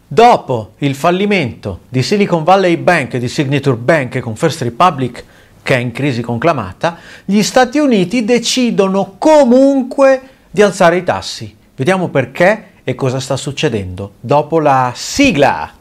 Dopo il fallimento di Silicon Valley Bank e di Signature Bank con First Republic, che è in crisi conclamata, gli Stati Uniti decidono comunque di alzare i tassi. Vediamo perché e cosa sta succedendo dopo la sigla.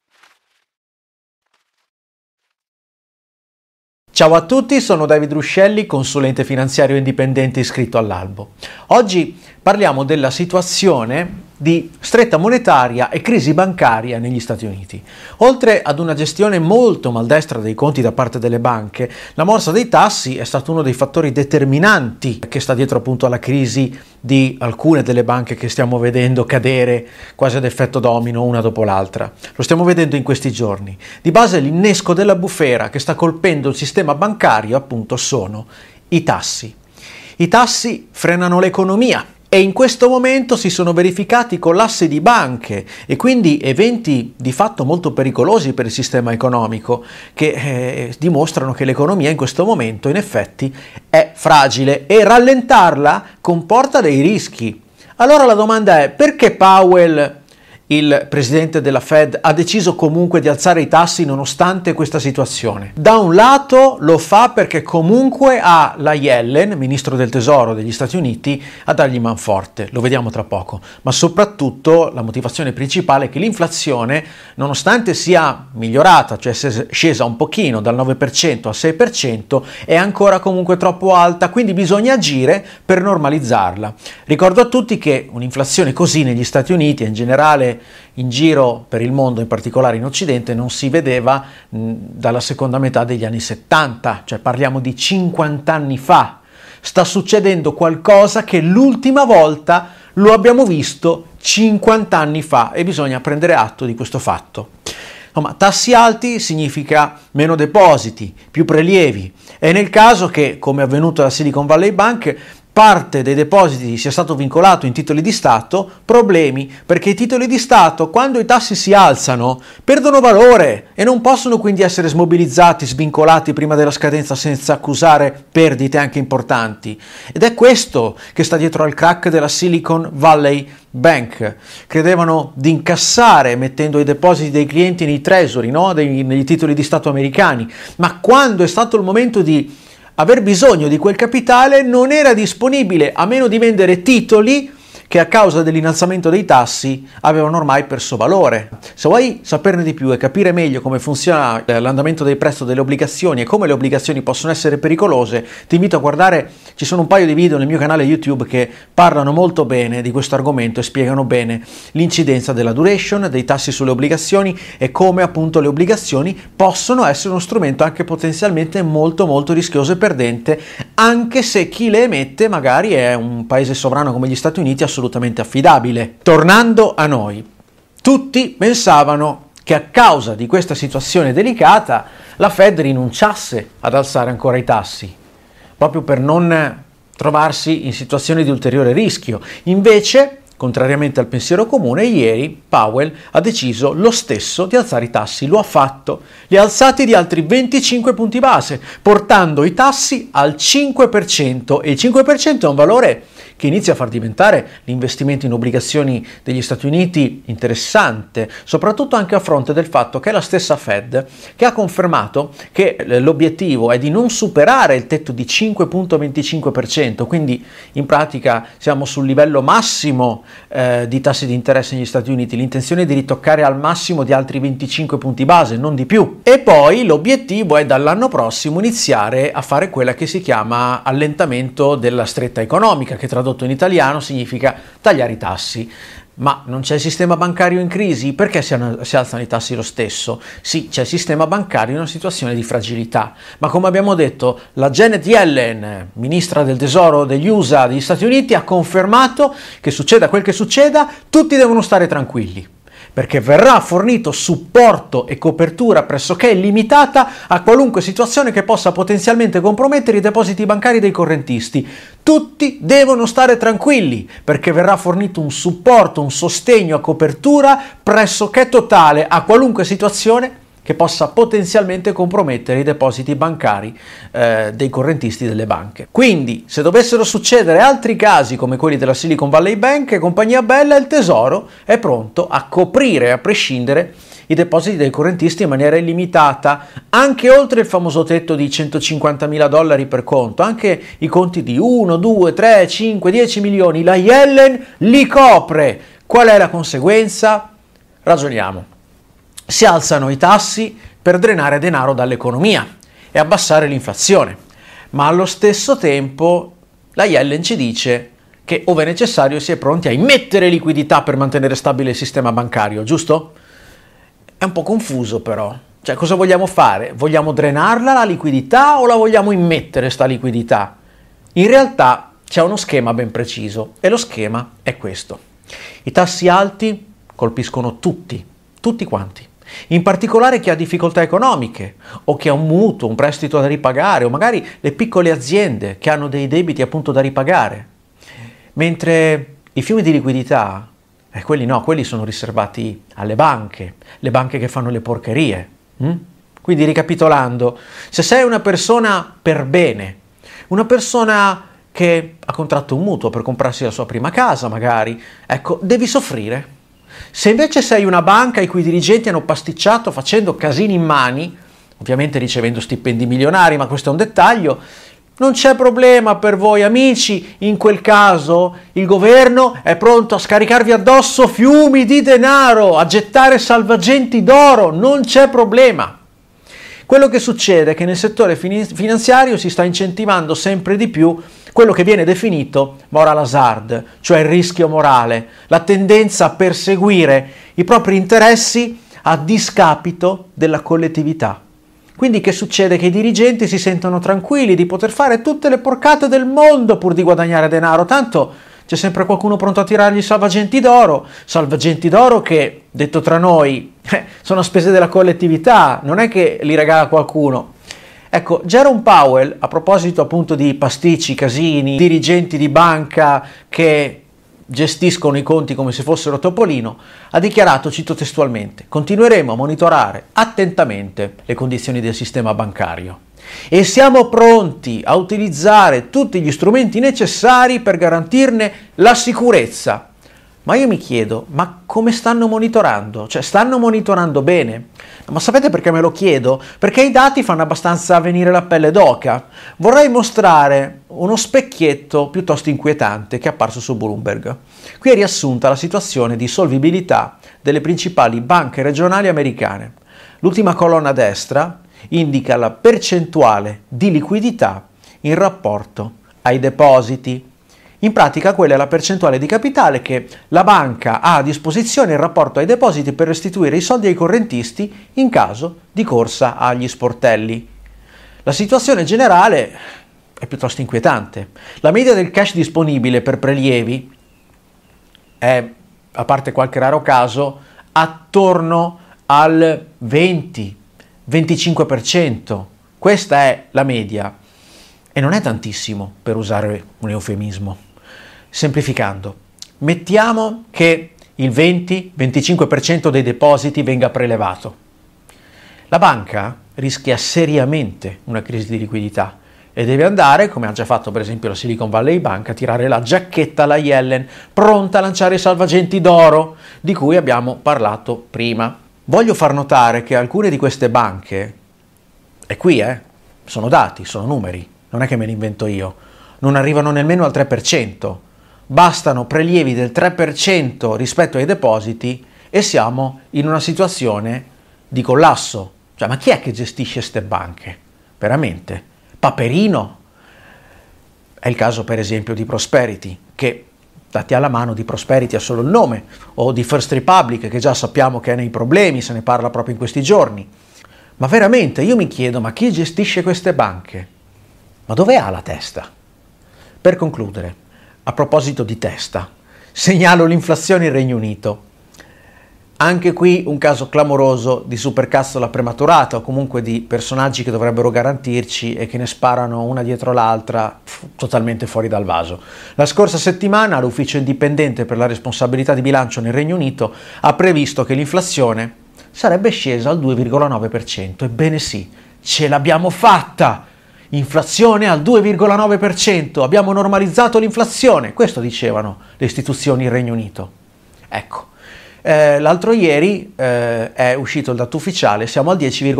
Ciao a tutti, sono David Ruscelli, consulente finanziario indipendente iscritto all'Albo. Oggi parliamo della situazione di stretta monetaria e crisi bancaria negli Stati Uniti. Oltre ad una gestione molto maldestra dei conti da parte delle banche, la morsa dei tassi è stato uno dei fattori determinanti che sta dietro appunto alla crisi di alcune delle banche che stiamo vedendo cadere quasi ad effetto domino una dopo l'altra. Lo stiamo vedendo in questi giorni. Di base l'innesco della bufera che sta colpendo il sistema bancario appunto sono i tassi. I tassi frenano l'economia. E in questo momento si sono verificati collassi di banche e quindi eventi di fatto molto pericolosi per il sistema economico che dimostrano che l'economia in questo momento in effetti è fragile e rallentarla comporta dei rischi. Allora la domanda è: perché Powell, il presidente della Fed, ha deciso comunque di alzare i tassi nonostante questa situazione? Da un lato lo fa perché comunque ha la Yellen, ministro del tesoro degli Stati Uniti, a dargli manforte, lo vediamo tra poco, ma soprattutto la motivazione principale è che l'inflazione, nonostante sia migliorata, cioè scesa un pochino dal 9% al 6%, è ancora comunque troppo alta, quindi bisogna agire per normalizzarla. Ricordo a tutti che un'inflazione così negli Stati Uniti e in generale in giro per il mondo, in particolare in Occidente, non si vedeva dalla seconda metà degli anni 70, cioè parliamo di 50 anni fa. Sta succedendo qualcosa che l'ultima volta lo abbiamo visto 50 anni fa e bisogna prendere atto di questo fatto. Insomma, tassi alti significa meno depositi, più prelievi, e nel caso che, come è avvenuto alla Silicon Valley Bank, parte dei depositi sia stato vincolato in titoli di Stato, problemi, perché i titoli di Stato, quando i tassi si alzano, perdono valore e non possono quindi essere smobilizzati, svincolati prima della scadenza senza accusare perdite anche importanti. Ed è questo che sta dietro al crack della Silicon Valley Bank. Credevano di incassare mettendo i depositi dei clienti nei treasury, no? Negli titoli di Stato americani, ma quando è stato il momento di aver bisogno di quel capitale non era disponibile, a meno di vendere titoli che a causa dell'innalzamento dei tassi avevano ormai perso valore. Se vuoi saperne di più e capire meglio come funziona l'andamento dei prezzi delle obbligazioni e come le obbligazioni possono essere pericolose, ti invito a guardare, ci sono un paio di video nel mio canale YouTube che parlano molto bene di questo argomento e spiegano bene l'incidenza della duration, dei tassi sulle obbligazioni e come appunto le obbligazioni possono essere uno strumento anche potenzialmente molto molto rischioso e perdente, anche se chi le emette magari è un paese sovrano come gli Stati Uniti assolutamente affidabile. Tornando a noi, tutti pensavano che a causa di questa situazione delicata la Fed rinunciasse ad alzare ancora i tassi, proprio per non trovarsi in situazioni di ulteriore rischio. Invece, contrariamente al pensiero comune, ieri Powell ha deciso lo stesso di alzare i tassi. Lo ha fatto, li ha alzati di altri 25 punti base, portando i tassi al 5%, e il 5% è un valore che inizia a far diventare l'investimento in obbligazioni degli Stati Uniti interessante, soprattutto anche a fronte del fatto che è la stessa Fed che ha confermato che l'obiettivo è di non superare il tetto di 5,25%, quindi in pratica siamo sul livello massimo di tassi di interesse negli Stati Uniti, l'intenzione è di ritoccare al massimo di altri 25 punti base, non di più. E poi l'obiettivo è dall'anno prossimo iniziare a fare quella che si chiama allentamento della stretta economica, che tradotto in italiano significa tagliare i tassi. Ma non c'è il sistema bancario in crisi? Perché si alzano i tassi lo stesso? Sì, c'è il sistema bancario in una situazione di fragilità, ma come abbiamo detto, la Janet Yellen, ministra del tesoro degli USA, degli Stati Uniti, ha confermato che succeda quel che succeda, tutti devono stare tranquilli, perché verrà fornito supporto e copertura pressoché illimitata a qualunque situazione che possa potenzialmente compromettere i depositi bancari dei correntisti. Tutti devono stare tranquilli, perché verrà fornito un supporto, un sostegno a copertura pressoché totale a qualunque situazione che possa potenzialmente compromettere i depositi bancari dei correntisti delle banche. Quindi, se dovessero succedere altri casi come quelli della Silicon Valley Bank e compagnia bella, il Tesoro è pronto a coprire, a prescindere, i depositi dei correntisti in maniera illimitata, anche oltre il famoso tetto di $150.000 per conto, anche i conti di 1, 2, 3, 5, 10 milioni, la Yellen li copre. Qual è la conseguenza? Ragioniamo. Si alzano i tassi per drenare denaro dall'economia e abbassare l'inflazione, ma allo stesso tempo la Yellen ci dice che, ove necessario, si è pronti a immettere liquidità per mantenere stabile il sistema bancario, giusto? È un po' confuso però. Cioè, cosa vogliamo fare? Vogliamo drenarla la liquidità o la vogliamo immettere sta liquidità? In realtà c'è uno schema ben preciso e lo schema è questo. I tassi alti colpiscono tutti quanti. In particolare chi ha difficoltà economiche o chi ha un mutuo, un prestito da ripagare o magari le piccole aziende che hanno dei debiti appunto da ripagare. Mentre i fiumi di liquidità, quelli no, quelli sono riservati alle banche, le banche che fanno le porcherie. Quindi ricapitolando, se sei una persona per bene, una persona che ha contratto un mutuo per comprarsi la sua prima casa magari, ecco, devi soffrire. Se invece sei una banca i cui dirigenti hanno pasticciato facendo casini in mani, ovviamente ricevendo stipendi milionari, ma questo è un dettaglio, non c'è problema per voi amici, in quel caso il governo è pronto a scaricarvi addosso fiumi di denaro, a gettare salvagenti d'oro, non c'è problema. Quello che succede è che nel settore finanziario si sta incentivando sempre di più quello che viene definito moral hazard, cioè il rischio morale, la tendenza a perseguire i propri interessi a discapito della collettività. Quindi che succede? Che i dirigenti si sentono tranquilli di poter fare tutte le porcate del mondo pur di guadagnare denaro, tanto c'è sempre qualcuno pronto a tirargli salvagenti d'oro che, detto tra noi, sono a spese della collettività, non è che li regala qualcuno. Ecco, Jerome Powell, a proposito appunto di pasticci, casini, dirigenti di banca che gestiscono i conti come se fossero Topolino, ha dichiarato, cito testualmente: continueremo a monitorare attentamente le condizioni del sistema bancario e siamo pronti a utilizzare tutti gli strumenti necessari per garantirne la sicurezza. Ma io mi chiedo, ma come stanno monitorando? Cioè, stanno monitorando bene? Ma sapete perché me lo chiedo? Perché i dati fanno abbastanza venire la pelle d'oca. Vorrei mostrare uno specchietto piuttosto inquietante che è apparso su Bloomberg. Qui è riassunta la situazione di solvibilità delle principali banche regionali americane. L'ultima colonna a destra indica la percentuale di liquidità in rapporto ai depositi. In pratica quella è la percentuale di capitale che la banca ha a disposizione in rapporto ai depositi per restituire i soldi ai correntisti in caso di corsa agli sportelli. La situazione generale è piuttosto inquietante. La media del cash disponibile per prelievi è, a parte qualche raro caso, attorno al 20-25%. Questa è la media e non è tantissimo, per usare un eufemismo. Semplificando, mettiamo che il 20-25% dei depositi venga prelevato. La banca rischia seriamente una crisi di liquidità e deve andare, come ha già fatto per esempio la Silicon Valley Bank, a tirare la giacchetta alla Yellen, pronta a lanciare i salvagenti d'oro di cui abbiamo parlato prima. Voglio far notare che alcune di queste banche, e qui sono dati, sono numeri, non è che me li invento io, non arrivano nemmeno al 3%. Bastano prelievi del 3% rispetto ai depositi e siamo in una situazione di collasso. Cioè, ma chi è che gestisce queste banche? Veramente? Paperino? È il caso per esempio di Prosperity, che dati alla mano di Prosperity ha solo il nome, o di First Republic, che già sappiamo che è nei problemi, se ne parla proprio in questi giorni. Ma veramente io mi chiedo, ma chi gestisce queste banche? Ma dove ha la testa? Per concludere, a proposito di testa, segnalo l'inflazione in Regno Unito. Anche qui un caso clamoroso di supercazzola prematurata o comunque di personaggi che dovrebbero garantirci e che ne sparano una dietro l'altra totalmente fuori dal vaso. La scorsa settimana l'Ufficio Indipendente per la Responsabilità di Bilancio nel Regno Unito ha previsto che l'inflazione sarebbe scesa al 2,9%. Ebbene sì, ce l'abbiamo fatta! Inflazione al 2,9%, abbiamo normalizzato l'inflazione, questo dicevano le istituzioni in Regno Unito. Ecco, l'altro ieri è uscito il dato ufficiale, siamo al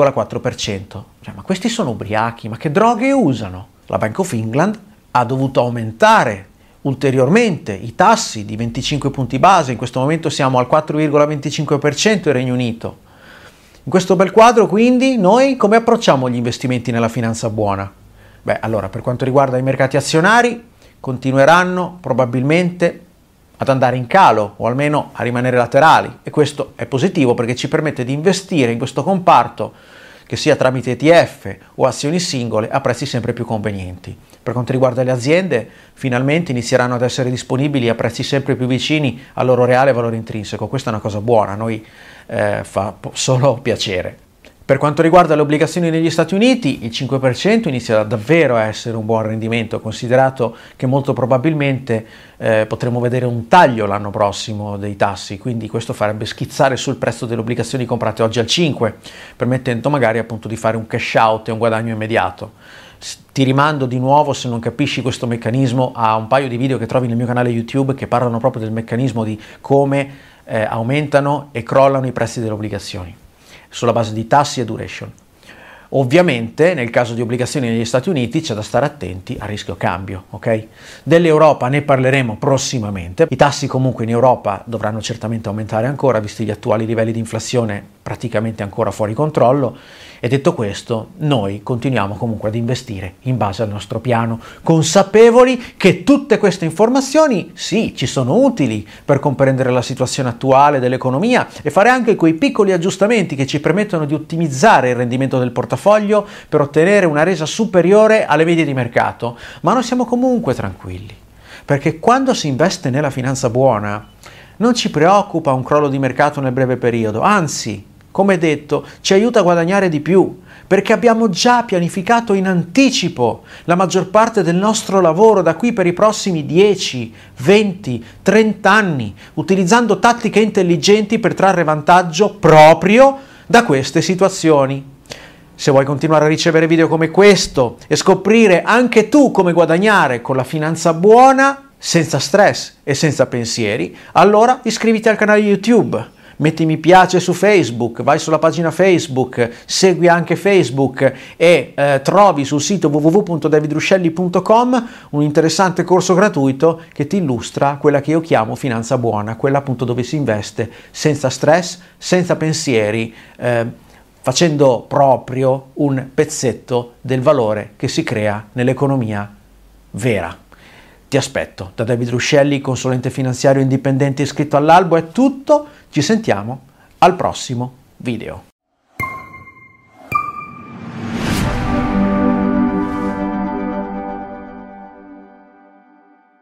10,4%. Ma questi sono ubriachi, ma che droghe usano? La Bank of England ha dovuto aumentare ulteriormente i tassi di 25 punti base, in questo momento siamo al 4,25% in Regno Unito. In questo bel quadro, quindi, noi come approcciamo gli investimenti nella finanza buona? Beh, allora, per quanto riguarda i mercati azionari, continueranno probabilmente ad andare in calo o almeno a rimanere laterali, e questo è positivo perché ci permette di investire in questo comparto, che sia tramite ETF o azioni singole, a prezzi sempre più convenienti. Per quanto riguarda le aziende, finalmente inizieranno ad essere disponibili a prezzi sempre più vicini al loro reale valore intrinseco. Questa è una cosa buona, a noi fa solo piacere. Per quanto riguarda le obbligazioni negli Stati Uniti, il 5% inizia davvero a essere un buon rendimento, considerato che molto probabilmente potremo vedere un taglio l'anno prossimo dei tassi, quindi questo farebbe schizzare sul prezzo delle obbligazioni comprate oggi al 5%, permettendo magari appunto di fare un cash out e un guadagno immediato. Ti rimando di nuovo, se non capisci questo meccanismo, a un paio di video che trovi nel mio canale YouTube che parlano proprio del meccanismo di come aumentano e crollano i prezzi delle obbligazioni sulla base di tassi e duration. Ovviamente nel caso di obbligazioni negli Stati Uniti c'è da stare attenti al rischio cambio, ok? Dell'Europa ne parleremo prossimamente. I tassi comunque in Europa dovranno certamente aumentare ancora, visti gli attuali livelli di inflazione praticamente ancora fuori controllo. E detto questo, noi continuiamo comunque ad investire in base al nostro piano, consapevoli che tutte queste informazioni, sì, ci sono utili per comprendere la situazione attuale dell'economia e fare anche quei piccoli aggiustamenti che ci permettono di ottimizzare il rendimento del portafoglio per ottenere una resa superiore alle medie di mercato. Ma noi siamo comunque tranquilli, perché quando si investe nella finanza buona non ci preoccupa un crollo di mercato nel breve periodo, anzi, come detto, ci aiuta a guadagnare di più, perché abbiamo già pianificato in anticipo la maggior parte del nostro lavoro da qui per i prossimi 10, 20, 30 anni, utilizzando tattiche intelligenti per trarre vantaggio proprio da queste situazioni. Se vuoi continuare a ricevere video come questo e scoprire anche tu come guadagnare con la finanza buona, senza stress e senza pensieri, allora iscriviti al canale YouTube. Metti mi piace su Facebook, vai sulla pagina Facebook, segui anche Facebook e trovi sul sito www.davidruscelli.com un interessante corso gratuito che ti illustra quella che io chiamo finanza buona, quella appunto dove si investe senza stress, senza pensieri, facendo proprio un pezzetto del valore che si crea nell'economia vera. Ti aspetto. Da David Ruscelli, consulente finanziario indipendente iscritto all'albo, è tutto. Ci sentiamo al prossimo video.